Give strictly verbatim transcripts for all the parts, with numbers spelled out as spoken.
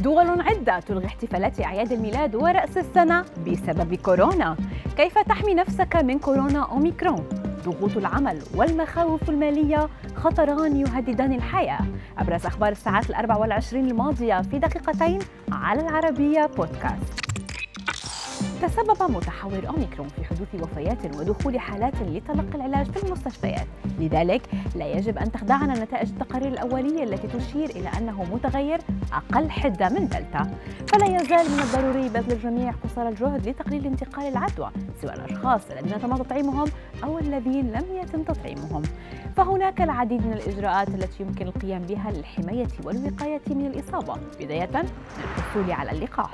دول عدة تلغي احتفالات أعياد الميلاد ورأس السنة بسبب كورونا. كيف تحمي نفسك من كورونا أوميكرون؟ ضغوط العمل والمخاوف المالية خطران يهددان الحياة. أبرز أخبار الساعات الأربع والعشرين الماضية في دقيقتين على العربية بودكاست. تسبب متحور أوميكرون في حدوث وفيات ودخول حالات لتلقي العلاج في المستشفيات، لذلك لا يجب أن تخدعنا نتائج التقارير الأولية التي تشير إلى أنه متغير أقل حدة من دلتا. فلا يزال من الضروري بذل الجميع قصارى الجهد لتقليل انتقال العدوى، سواء الأشخاص الذين تم تطعيمهم أو الذين لم يتم تطعيمهم. فهناك العديد من الإجراءات التي يمكن القيام بها للحماية والوقاية من الإصابة، بداية من الحصول على اللقاح.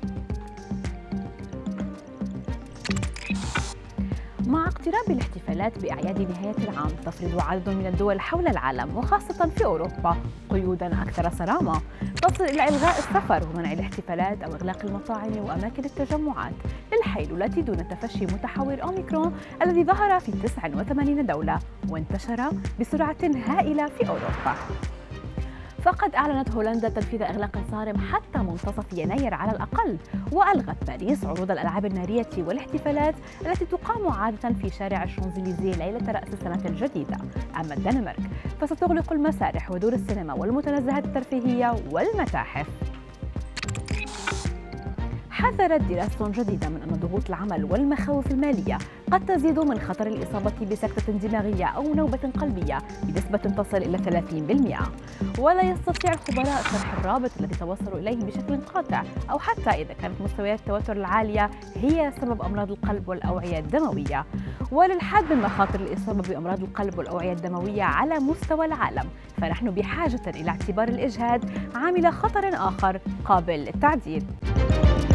مع اقتراب الاحتفالات بأعياد نهاية العام، تفرض عدد من الدول حول العالم وخاصة في أوروبا قيوداً أكثر صرامة تصل إلى إلغاء السفر ومنع الاحتفالات أو إغلاق المطاعم وأماكن التجمعات للحيلولة دون تفشي متحور أوميكرون الذي ظهر في تسع وثمانين دولة وانتشر بسرعة هائلة في أوروبا. فقد أعلنت هولندا تنفيذ إغلاق صارم حتى منتصف يناير على الأقل، وألغت باريس عروض الألعاب النارية والاحتفالات التي تقام عادة في شارع الشانزليزيه ليلة رأس السنة الجديدة. أما الدنمارك فستغلق المسارح ودور السينما والمتنزهات الترفيهية والمتاحف. حذرت دراسة جديدة من أن ضغوط العمل والمخاوف المالية قد تزيد من خطر الإصابة بسكتة دماغية أو نوبة قلبية بنسبة تصل إلى ثلاثين بالمئة. ولا يستطيع الخبراء شرح الرابط الذي توصلوا إليه بشكل قاطع، أو حتى إذا كانت مستويات التوتر العالية هي سبب أمراض القلب والأوعية الدموية. وللحد من مخاطر الإصابة بأمراض القلب والأوعية الدموية على مستوى العالم، فنحن بحاجة إلى اعتبار الإجهاد عامل خطر آخر قابل للتعديل.